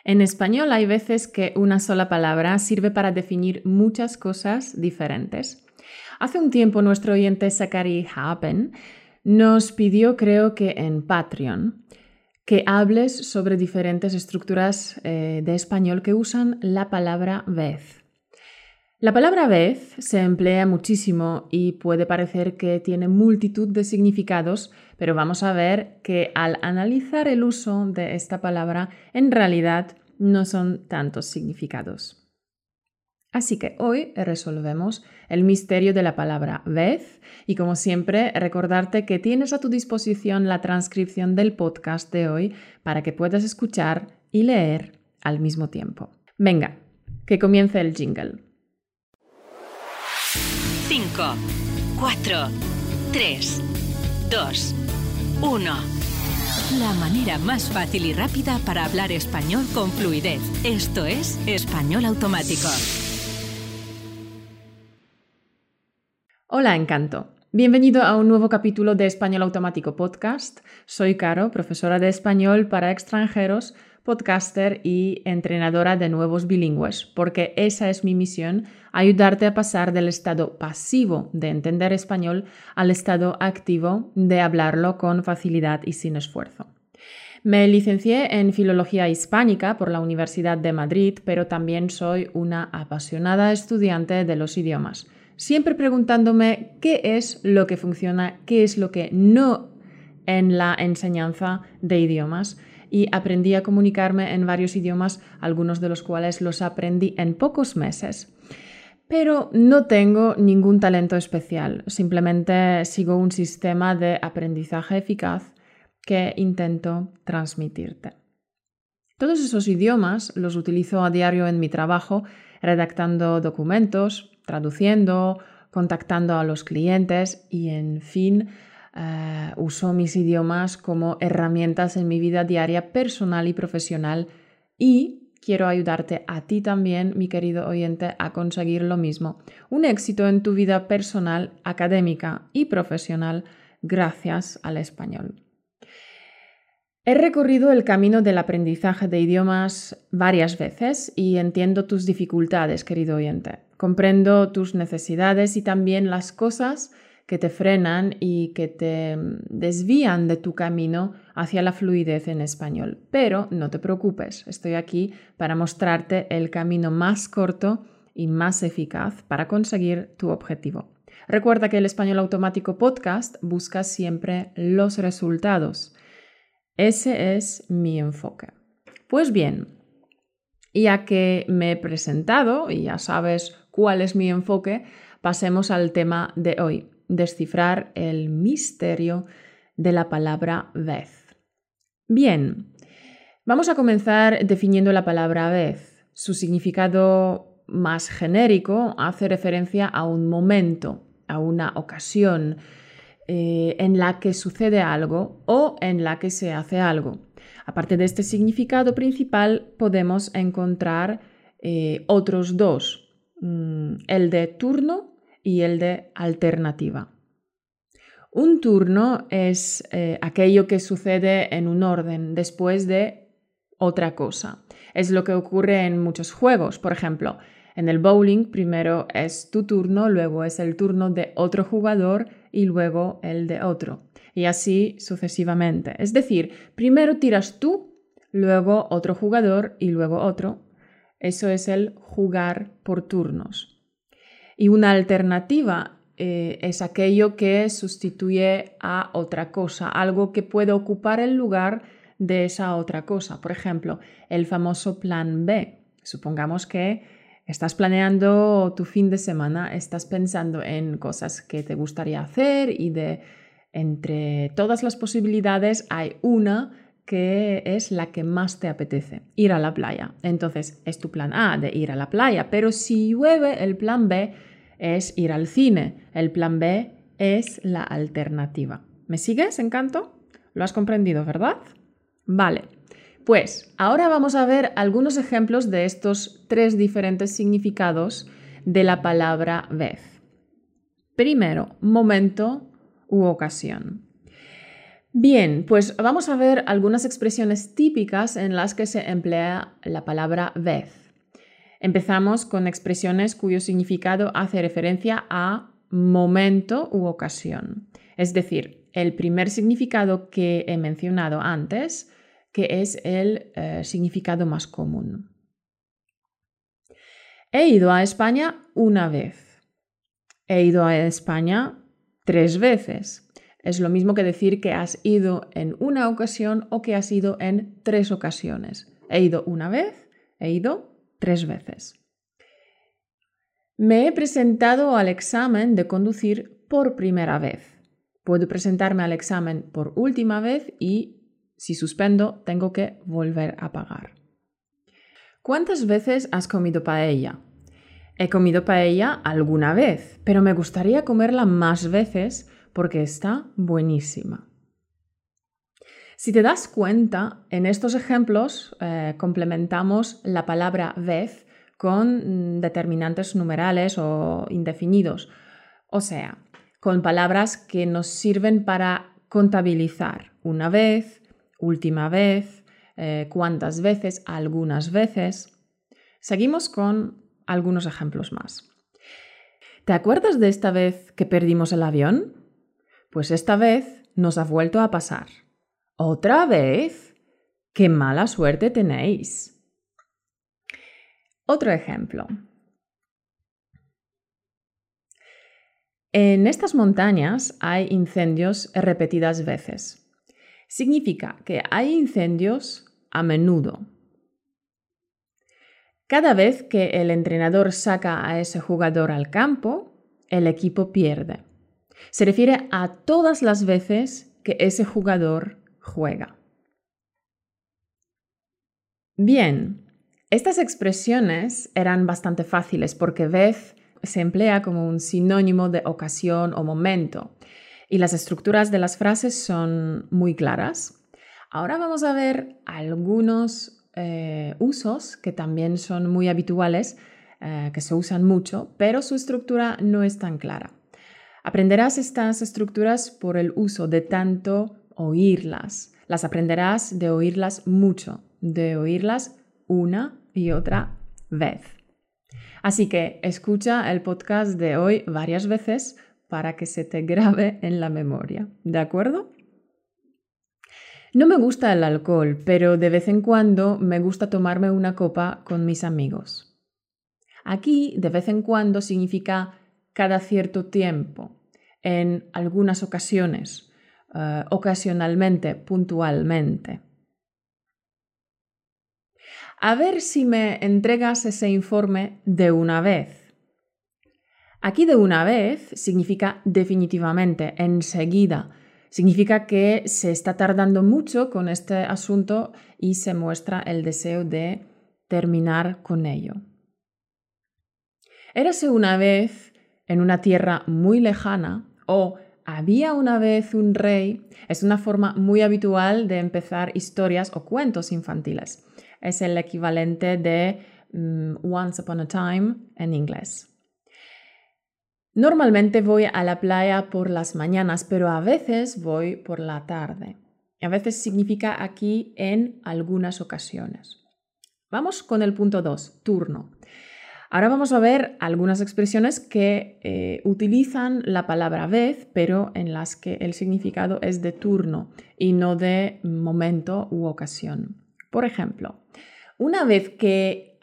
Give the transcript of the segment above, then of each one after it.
En español hay veces que una sola palabra sirve para definir muchas cosas diferentes. Hace un tiempo nuestro oyente Zachary Happen nos pidió, creo que en Patreon, que hables sobre diferentes estructuras de español que usan la palabra vez. La palabra vez se emplea muchísimo y puede parecer que tiene multitud de significados, pero vamos a ver que al analizar el uso de esta palabra, en realidad no son tantos significados. Así que hoy resolvemos el misterio de la palabra vez y, como siempre, recordarte que tienes a tu disposición la transcripción del podcast de hoy para que puedas escuchar y leer al mismo tiempo. Venga, que comience el jingle. 5, 4, 3, 2, 1. La manera más fácil y rápida para hablar español con fluidez. Esto es Español Automático. Hola, Encanto. Bienvenido a un nuevo capítulo de Español Automático Podcast. Soy Caro, profesora de español para extranjeros, podcaster y entrenadora de nuevos bilingües, porque esa es mi misión, ayudarte a pasar del estado pasivo de entender español al estado activo de hablarlo con facilidad y sin esfuerzo. Me licencié en Filología Hispánica por la Universidad de Madrid, pero también soy una apasionada estudiante de los idiomas, siempre preguntándome qué es lo que funciona, qué es lo que no en la enseñanza de idiomas. Y aprendí a comunicarme en varios idiomas, algunos de los cuales los aprendí en pocos meses. Pero no tengo ningún talento especial, simplemente sigo un sistema de aprendizaje eficaz que intento transmitirte. Todos esos idiomas los utilizo a diario en mi trabajo, redactando documentos, traduciendo, contactando a los clientes y, en fin, uso mis idiomas como herramientas en mi vida diaria personal y profesional y quiero ayudarte a ti también, mi querido oyente, a conseguir lo mismo. Un éxito en tu vida personal, académica y profesional gracias al español. He recorrido el camino del aprendizaje de idiomas varias veces y entiendo tus dificultades, querido oyente. Comprendo tus necesidades y también las cosas que te frenan y que te desvían de tu camino hacia la fluidez en español. Pero no te preocupes, estoy aquí para mostrarte el camino más corto y más eficaz para conseguir tu objetivo. Recuerda que el Español Automático Podcast busca siempre los resultados. Ese es mi enfoque. Pues bien, ya que me he presentado y ya sabes cuál es mi enfoque, pasemos al tema de hoy, descifrar el misterio de la palabra vez. Bien, vamos a comenzar definiendo la palabra vez. Su significado más genérico hace referencia a un momento, a una ocasión, en la que sucede algo o en la que se hace algo. Aparte de este significado principal, podemos encontrar otros dos, el de turno y el de alternativa. Un turno es aquello que sucede en un orden después de otra cosa. Es lo que ocurre en muchos juegos. Por ejemplo, en el bowling primero es tu turno, luego es el turno de otro jugador y luego el de otro. Y así sucesivamente. Es decir, primero tiras tú, luego otro jugador y luego otro. Eso es el jugar por turnos. Y una alternativa es aquello que sustituye a otra cosa, algo que puede ocupar el lugar de esa otra cosa. Por ejemplo, el famoso plan B. Supongamos que estás planeando tu fin de semana, estás pensando en cosas que te gustaría hacer y entre todas las posibilidades hay una que es la que más te apetece, ir a la playa. Entonces es tu plan A de ir a la playa, pero si llueve, el plan B es ir al cine. El plan B es la alternativa. ¿Me sigues, Encanto? ¿Lo has comprendido, verdad? Vale. Pues ahora vamos a ver algunos ejemplos de estos tres diferentes significados de la palabra vez. Primero, momento u ocasión. Bien, pues vamos a ver algunas expresiones típicas en las que se emplea la palabra vez. Empezamos con expresiones cuyo significado hace referencia a momento u ocasión. Es decir, el primer significado que he mencionado antes, que es el significado más común. He ido a España una vez. He ido a España 3 veces. Es lo mismo que decir que has ido en una ocasión o que has ido en 3 ocasiones. He ido una vez, he ido 3 veces. Me he presentado al examen de conducir por primera vez. Puedo presentarme al examen por última vez y, si suspendo, tengo que volver a pagar. ¿Cuántas veces has comido paella? He comido paella alguna vez, pero me gustaría comerla más veces porque está buenísima. Si te das cuenta, en estos ejemplos complementamos la palabra vez con determinantes numerales o indefinidos, o sea, con palabras que nos sirven para contabilizar una vez, última vez, cuántas veces, algunas veces. Seguimos con algunos ejemplos más. ¿Te acuerdas de esta vez que perdimos el avión? Pues esta vez nos ha vuelto a pasar. ¿Otra vez? ¡Qué mala suerte tenéis! Otro ejemplo. En estas montañas hay incendios repetidas veces. Significa que hay incendios a menudo. Cada vez que el entrenador saca a ese jugador al campo, el equipo pierde. Se refiere a todas las veces que ese jugador juega. Bien, estas expresiones eran bastante fáciles porque vez se emplea como un sinónimo de ocasión o momento y las estructuras de las frases son muy claras. Ahora vamos a ver algunos usos que también son muy habituales, que se usan mucho, pero su estructura no es tan clara. Aprenderás estas estructuras por el uso de tanto oírlas. Las aprenderás de oírlas mucho, de oírlas una y otra vez. Así que escucha el podcast de hoy varias veces para que se te grabe en la memoria. ¿De acuerdo? No me gusta el alcohol, pero de vez en cuando me gusta tomarme una copa con mis amigos. Aquí, de vez en cuando significa cada cierto tiempo, en algunas ocasiones, ocasionalmente, puntualmente. A ver si me entregas ese informe de una vez. Aquí de una vez significa definitivamente, enseguida. Significa que se está tardando mucho con este asunto y se muestra el deseo de terminar con ello. Érase una vez en una tierra muy lejana o había una vez un rey es una forma muy habitual de empezar historias o cuentos infantiles. Es el equivalente de Once Upon a Time en inglés. Normalmente voy a la playa por las mañanas, pero a veces voy por la tarde. A veces significa aquí en algunas ocasiones. Vamos con el punto 2, turno. Ahora vamos a ver algunas expresiones que utilizan la palabra vez, pero en las que el significado es de turno y no de momento u ocasión. Por ejemplo, una vez que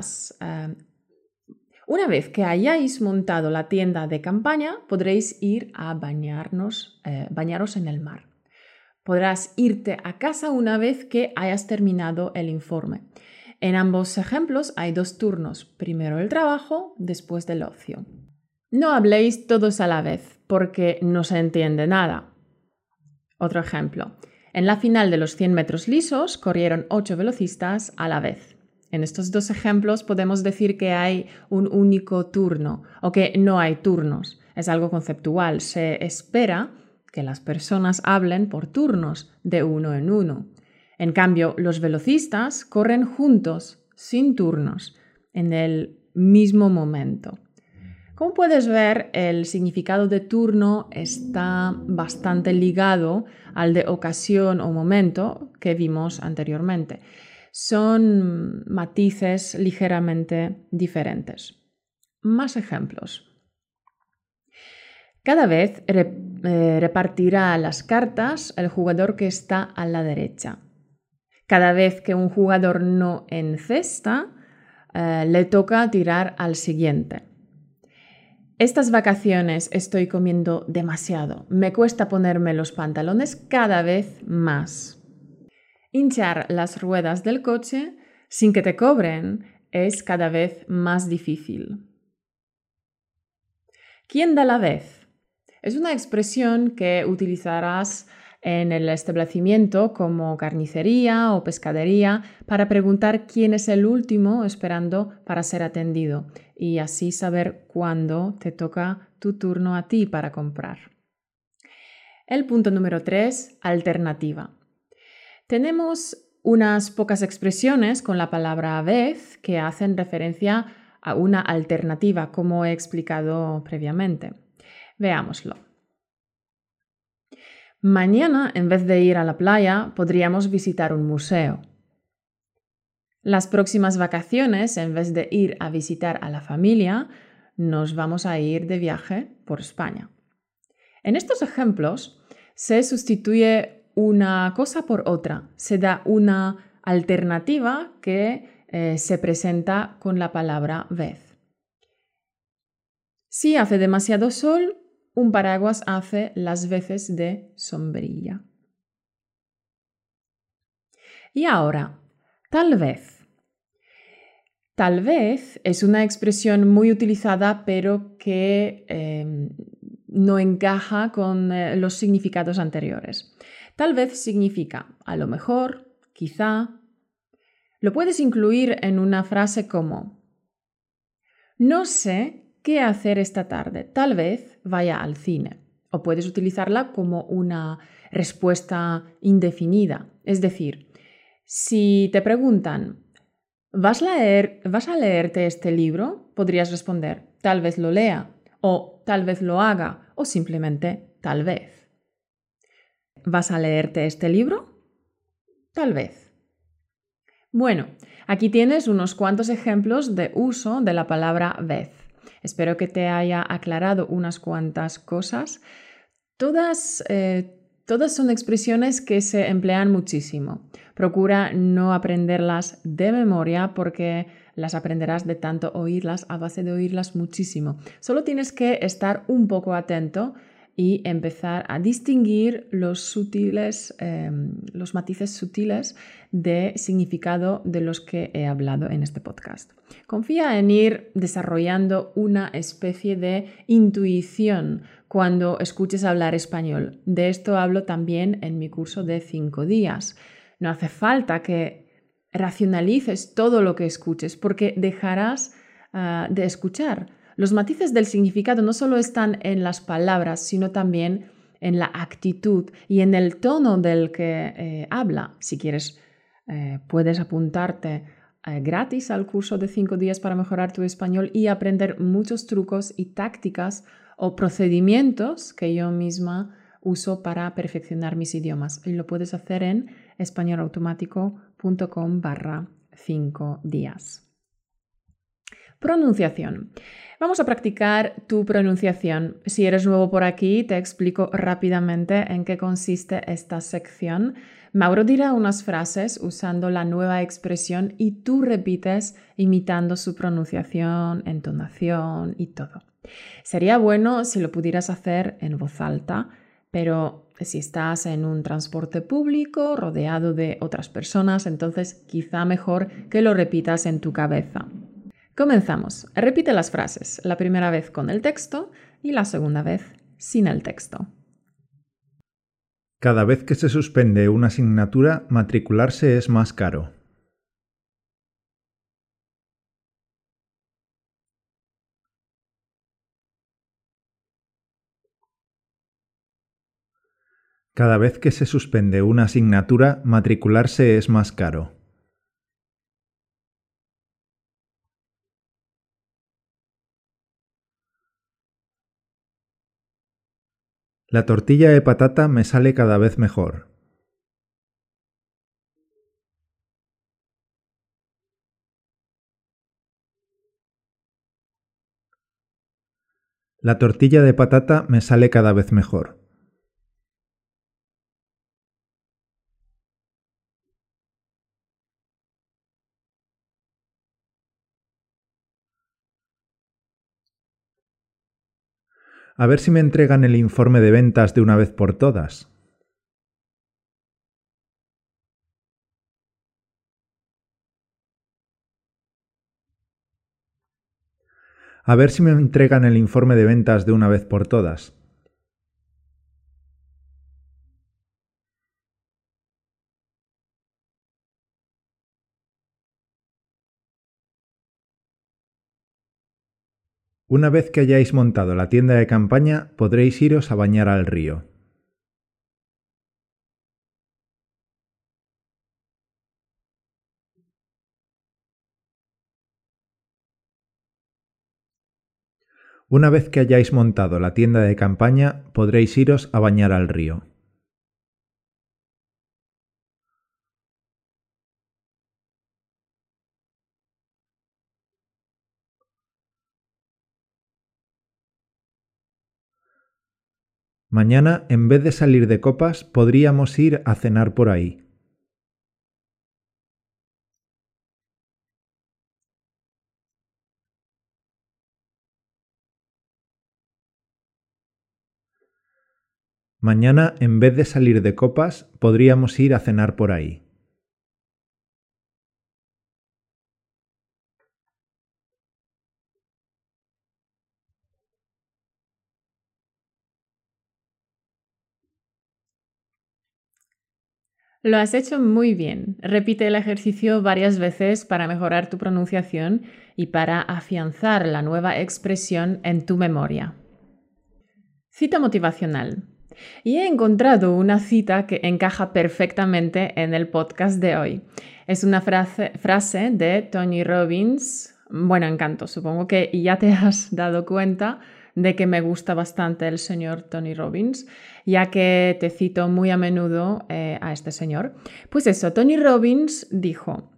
hayáis montado la tienda de campaña, podréis ir a bañaros en el mar. Podrás irte a casa una vez que hayas terminado el informe. En ambos ejemplos hay 2 turnos, primero el trabajo, después del ocio. No habléis todos a la vez, porque no se entiende nada. Otro ejemplo. En la final de los 100 metros lisos corrieron 8 velocistas a la vez. En estos 2 ejemplos podemos decir que hay un único turno o que no hay turnos. Es algo conceptual. Se espera que las personas hablen por turnos, de uno en uno. En cambio, los velocistas corren juntos, sin turnos, en el mismo momento. Como puedes ver, el significado de turno está bastante ligado al de ocasión o momento que vimos anteriormente. Son matices ligeramente diferentes. Más ejemplos. Cada vez repartirá las cartas el jugador que está a la derecha. Cada vez que un jugador no encesta, le toca tirar al siguiente. Estas vacaciones estoy comiendo demasiado. Me cuesta ponerme los pantalones cada vez más. Hinchar las ruedas del coche sin que te cobren es cada vez más difícil. ¿Quién da la vez? Es una expresión que utilizarás en el establecimiento como carnicería o pescadería para preguntar quién es el último esperando para ser atendido y así saber cuándo te toca tu turno a ti para comprar. El punto número 3, alternativa. Tenemos unas pocas expresiones con la palabra vez que hacen referencia a una alternativa, como he explicado previamente. Veámoslo. Mañana, en vez de ir a la playa, podríamos visitar un museo. Las próximas vacaciones, en vez de ir a visitar a la familia, nos vamos a ir de viaje por España. En estos ejemplos se sustituye una cosa por otra. Se da una alternativa que se presenta con la palabra vez. Si hace demasiado sol, un paraguas hace las veces de sombrilla. Y ahora, tal vez. Tal vez es una expresión muy utilizada, pero que no encaja con los significados anteriores. Tal vez significa a lo mejor, quizá. Lo puedes incluir en una frase como: no sé qué hacer esta tarde, tal vez vaya al cine. O puedes utilizarla como una respuesta indefinida. Es decir, si te preguntan, ¿vas a leerte este libro? Podrías responder, tal vez lo lea, o tal vez lo haga, o simplemente tal vez. ¿Vas a leerte este libro? Tal vez. Bueno, aquí tienes unos cuantos ejemplos de uso de la palabra vez. Espero que te haya aclarado unas cuantas cosas. Todas son expresiones que se emplean muchísimo. Procura no aprenderlas de memoria porque las aprenderás de tanto oírlas, a base de oírlas muchísimo. Solo tienes que estar un poco atento y empezar a distinguir los matices sutiles de significado de los que he hablado en este podcast. Confía en ir desarrollando una especie de intuición cuando escuches hablar español. De esto hablo también en mi curso de 5 días. No hace falta que racionalices todo lo que escuches porque dejarás de escuchar. Los matices del significado no solo están en las palabras, sino también en la actitud y en el tono del que habla. Si quieres, puedes apuntarte gratis al curso de 5 días para mejorar tu español y aprender muchos trucos y tácticas o procedimientos que yo misma uso para perfeccionar mis idiomas. Y lo puedes hacer en españolautomático.com/5 días. Pronunciación. Vamos a practicar tu pronunciación. Si eres nuevo por aquí, te explico rápidamente en qué consiste esta sección. Mauro dirá unas frases usando la nueva expresión y tú repites imitando su pronunciación, entonación y todo. Sería bueno si lo pudieras hacer en voz alta, pero si estás en un transporte público rodeado de otras personas, entonces quizá mejor que lo repitas en tu cabeza. Comenzamos. Repite las frases, la primera vez con el texto y la segunda vez sin el texto. Cada vez que se suspende una asignatura, matricularse es más caro. Cada vez que se suspende una asignatura, matricularse es más caro. La tortilla de patata me sale cada vez mejor. La tortilla de patata me sale cada vez mejor. A ver si me entregan el informe de ventas de una vez por todas. A ver si me entregan el informe de ventas de una vez por todas. Una vez que hayáis montado la tienda de campaña, podréis iros a bañar al río. Una vez que hayáis montado la tienda de campaña, podréis iros a bañar al río. Mañana, en vez de salir de copas, podríamos ir a cenar por ahí. Mañana, en vez de salir de copas, podríamos ir a cenar por ahí. Lo has hecho muy bien. Repite el ejercicio varias veces para mejorar tu pronunciación y para afianzar la nueva expresión en tu memoria. Cita motivacional. Y he encontrado una cita que encaja perfectamente en el podcast de hoy. Es una frase de Tony Robbins. Bueno, encanto. Supongo que ya te has dado cuenta de que me gusta bastante el señor Tony Robbins, ya que te cito muy a menudo a este señor. Pues eso, Tony Robbins dijo: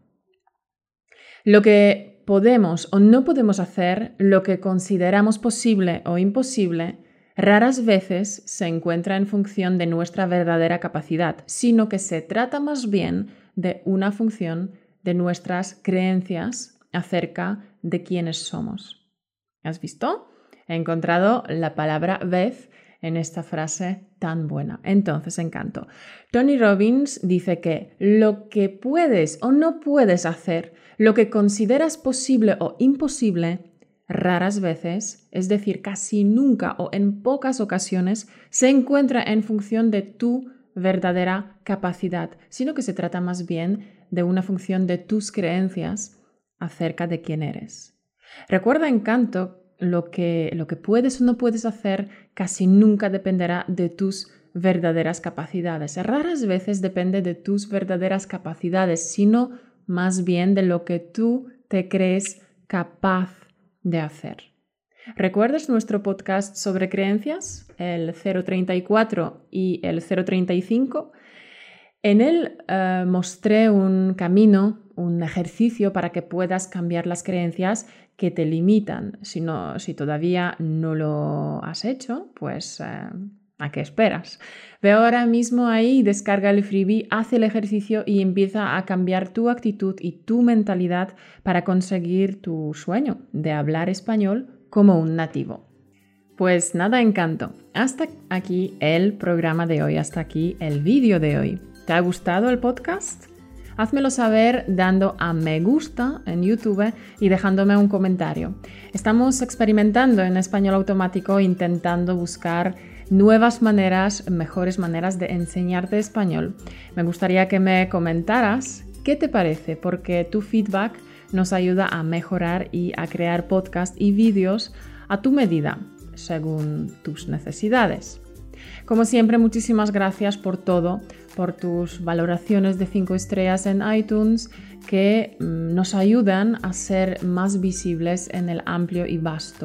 lo que podemos o no podemos hacer, lo que consideramos posible o imposible, raras veces se encuentra en función de nuestra verdadera capacidad, sino que se trata más bien de una función de nuestras creencias acerca de quiénes somos. ¿Has visto? He encontrado la palabra vez en esta frase tan buena. Entonces, encanto. Tony Robbins dice que lo que puedes o no puedes hacer, lo que consideras posible o imposible, raras veces, es decir, casi nunca o en pocas ocasiones, se encuentra en función de tu verdadera capacidad, sino que se trata más bien de una función de tus creencias acerca de quién eres. Recuerda, encanto, lo que puedes o no puedes hacer casi nunca dependerá de tus verdaderas capacidades. Raras veces depende de tus verdaderas capacidades, sino más bien de lo que tú te crees capaz de hacer. ¿Recuerdas nuestro podcast sobre creencias, el 034 y el 035? En él mostré un camino, un ejercicio para que puedas cambiar las creencias que te limitan. Si todavía no lo has hecho, pues ¿a qué esperas? Ve ahora mismo ahí, descarga el freebie, haz el ejercicio y empieza a cambiar tu actitud y tu mentalidad para conseguir tu sueño de hablar español como un nativo. Pues nada, encanto. Hasta aquí el programa de hoy, hasta aquí el vídeo de hoy. ¿Te ha gustado el podcast? Házmelo saber dando a me gusta en YouTube y dejándome un comentario. Estamos experimentando en Español Automático, intentando buscar nuevas maneras, mejores maneras de enseñarte español. Me gustaría que me comentaras qué te parece, porque tu feedback nos ayuda a mejorar y a crear podcasts y vídeos a tu medida, según tus necesidades. Como siempre, muchísimas gracias por todo, por tus valoraciones de 5 estrellas en iTunes que nos ayudan a ser más visibles en el amplio y vasto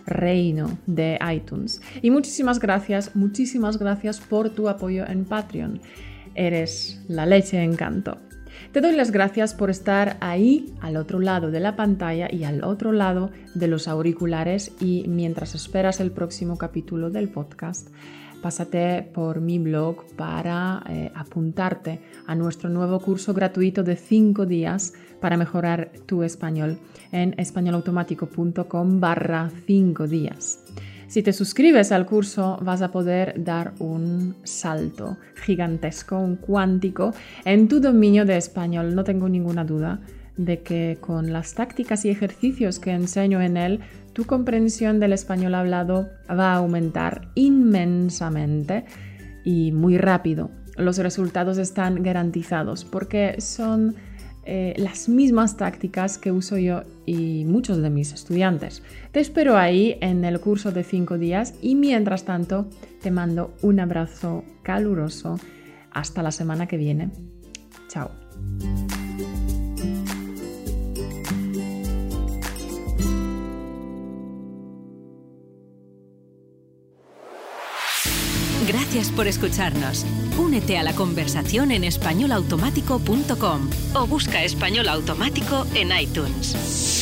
reino de iTunes. Y muchísimas gracias por tu apoyo en Patreon. Eres la leche Encanto. Te doy las gracias por estar ahí, al otro lado de la pantalla y al otro lado de los auriculares, y mientras esperas el próximo capítulo del podcast, pásate por mi blog para apuntarte a nuestro nuevo curso gratuito de 5 días para mejorar tu español en españolautomático.com/5 días. Si te suscribes al curso, vas a poder dar un salto gigantesco, un cuántico en tu dominio de español. No tengo ninguna duda de que con las tácticas y ejercicios que enseño en él, tu comprensión del español hablado va a aumentar inmensamente y muy rápido. Los resultados están garantizados porque son las mismas tácticas que uso yo y muchos de mis estudiantes. Te espero ahí en el curso de 5 días y mientras tanto te mando un abrazo caluroso. Hasta la semana que viene. Chao. Gracias por escucharnos. Únete a la conversación en españolautomático.com o busca Español Automático en iTunes.